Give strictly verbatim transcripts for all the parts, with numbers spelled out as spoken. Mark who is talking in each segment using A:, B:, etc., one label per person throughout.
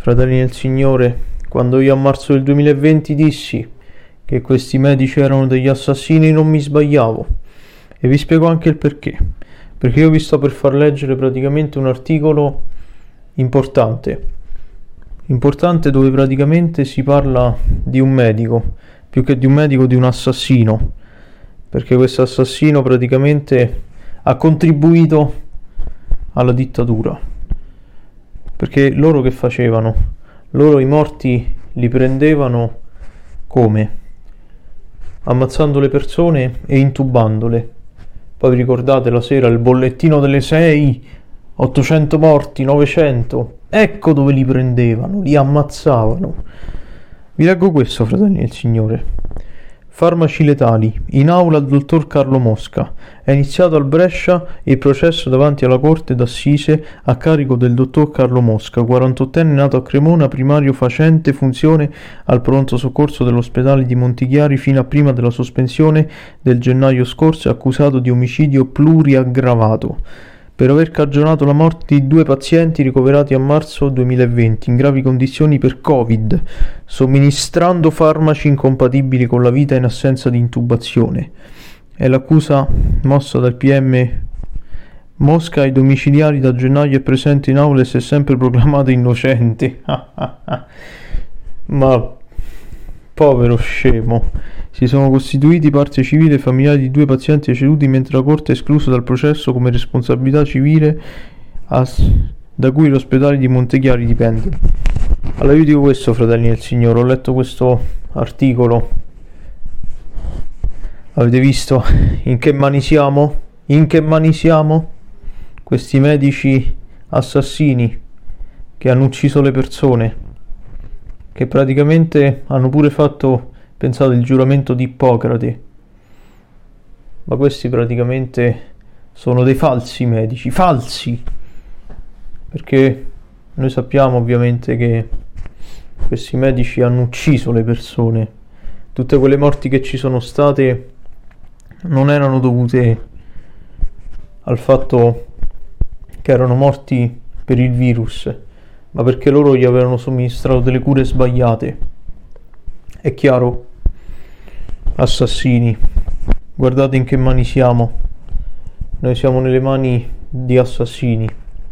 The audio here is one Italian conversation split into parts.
A: Fratelli del Signore, quando io a marzo del duemilaventi dissi che questi medici erano degli assassini non mi sbagliavo, e vi spiego anche il perché. Perché io vi sto per far leggere praticamente un articolo importante, importante dove praticamente si parla di un medico, più che di un medico, di un assassino, perché questo assassino praticamente ha contribuito alla dittatura. Perché loro che facevano? Loro i morti li prendevano come? Ammazzando le persone e intubandole. Poi vi ricordate la sera il bollettino delle sei, ottocento morti, novecento. Ecco dove li prendevano, li ammazzavano. Vi leggo questo, fratelli del Signore. Farmaci letali. In aula il dottor Carlo Mosca. È iniziato al Brescia il processo davanti alla Corte d'Assise a carico del dottor Carlo Mosca, quarantottenne nato a Cremona, primario facente funzione al pronto soccorso dell'ospedale di Montichiari fino a prima della sospensione del gennaio scorso, accusato di omicidio pluriaggravato per aver cagionato la morte di due pazienti ricoverati a marzo duemilaventi in gravi condizioni per Covid, somministrando farmaci incompatibili con la vita in assenza di intubazione. È l'accusa mossa dal P M Mosca ai domiciliari. Da gennaio è presente in aula e si è sempre proclamato innocente. Ma povero scemo. Si sono costituiti parte civile e familiari di due pazienti deceduti, mentre la Corte ha escluso dal processo come responsabilità civile as- da cui l'ospedale di Montechiari dipende. Allora io dico questo, fratelli del Signore, ho letto questo articolo. Avete visto in che mani siamo? In che mani siamo? Questi medici assassini che hanno ucciso le persone, che praticamente hanno pure fatto, pensate, il giuramento di Ippocrate. Ma questi praticamente sono dei falsi medici, falsi, perché noi sappiamo ovviamente che questi medici hanno ucciso le persone. Tutte quelle morti che ci sono state non erano dovute al fatto che erano morti per il virus, ma perché loro gli avevano somministrato delle cure sbagliate. È chiaro? Assassini. Guardate in che mani siamo. Noi siamo nelle mani di assassini.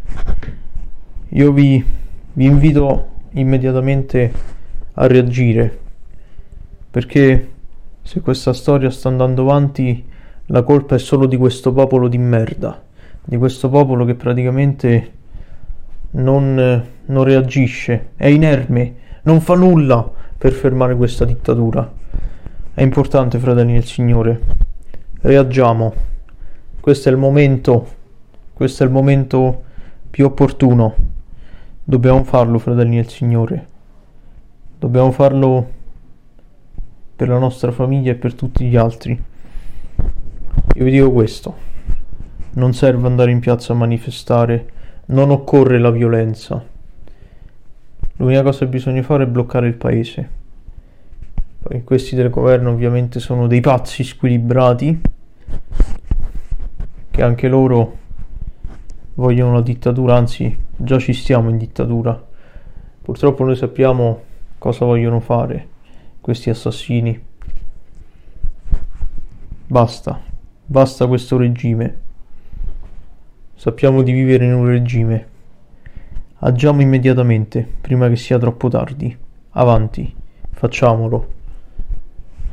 A: Io vi, vi invito immediatamente a reagire, perché se questa storia sta andando avanti la colpa è solo di questo popolo di merda, di questo popolo che praticamente non, non reagisce, è inerme, non fa nulla per fermare questa dittatura. È importante, fratelli del Signore, reagiamo. Questo è il momento, questo è il momento più opportuno. Dobbiamo farlo, fratelli del Signore. Dobbiamo farlo per la nostra famiglia e per tutti gli altri. Io vi dico questo: non serve andare in piazza a manifestare, non occorre la violenza. L'unica cosa che bisogna fare è bloccare il paese. Poi questi del governo ovviamente sono dei pazzi squilibrati, che anche loro vogliono la dittatura, anzi già ci stiamo in dittatura. Purtroppo noi sappiamo cosa vogliono fare questi assassini. Basta, basta questo regime. Sappiamo di vivere in un regime. Agiamo immediatamente, prima che sia troppo tardi. Avanti, facciamolo.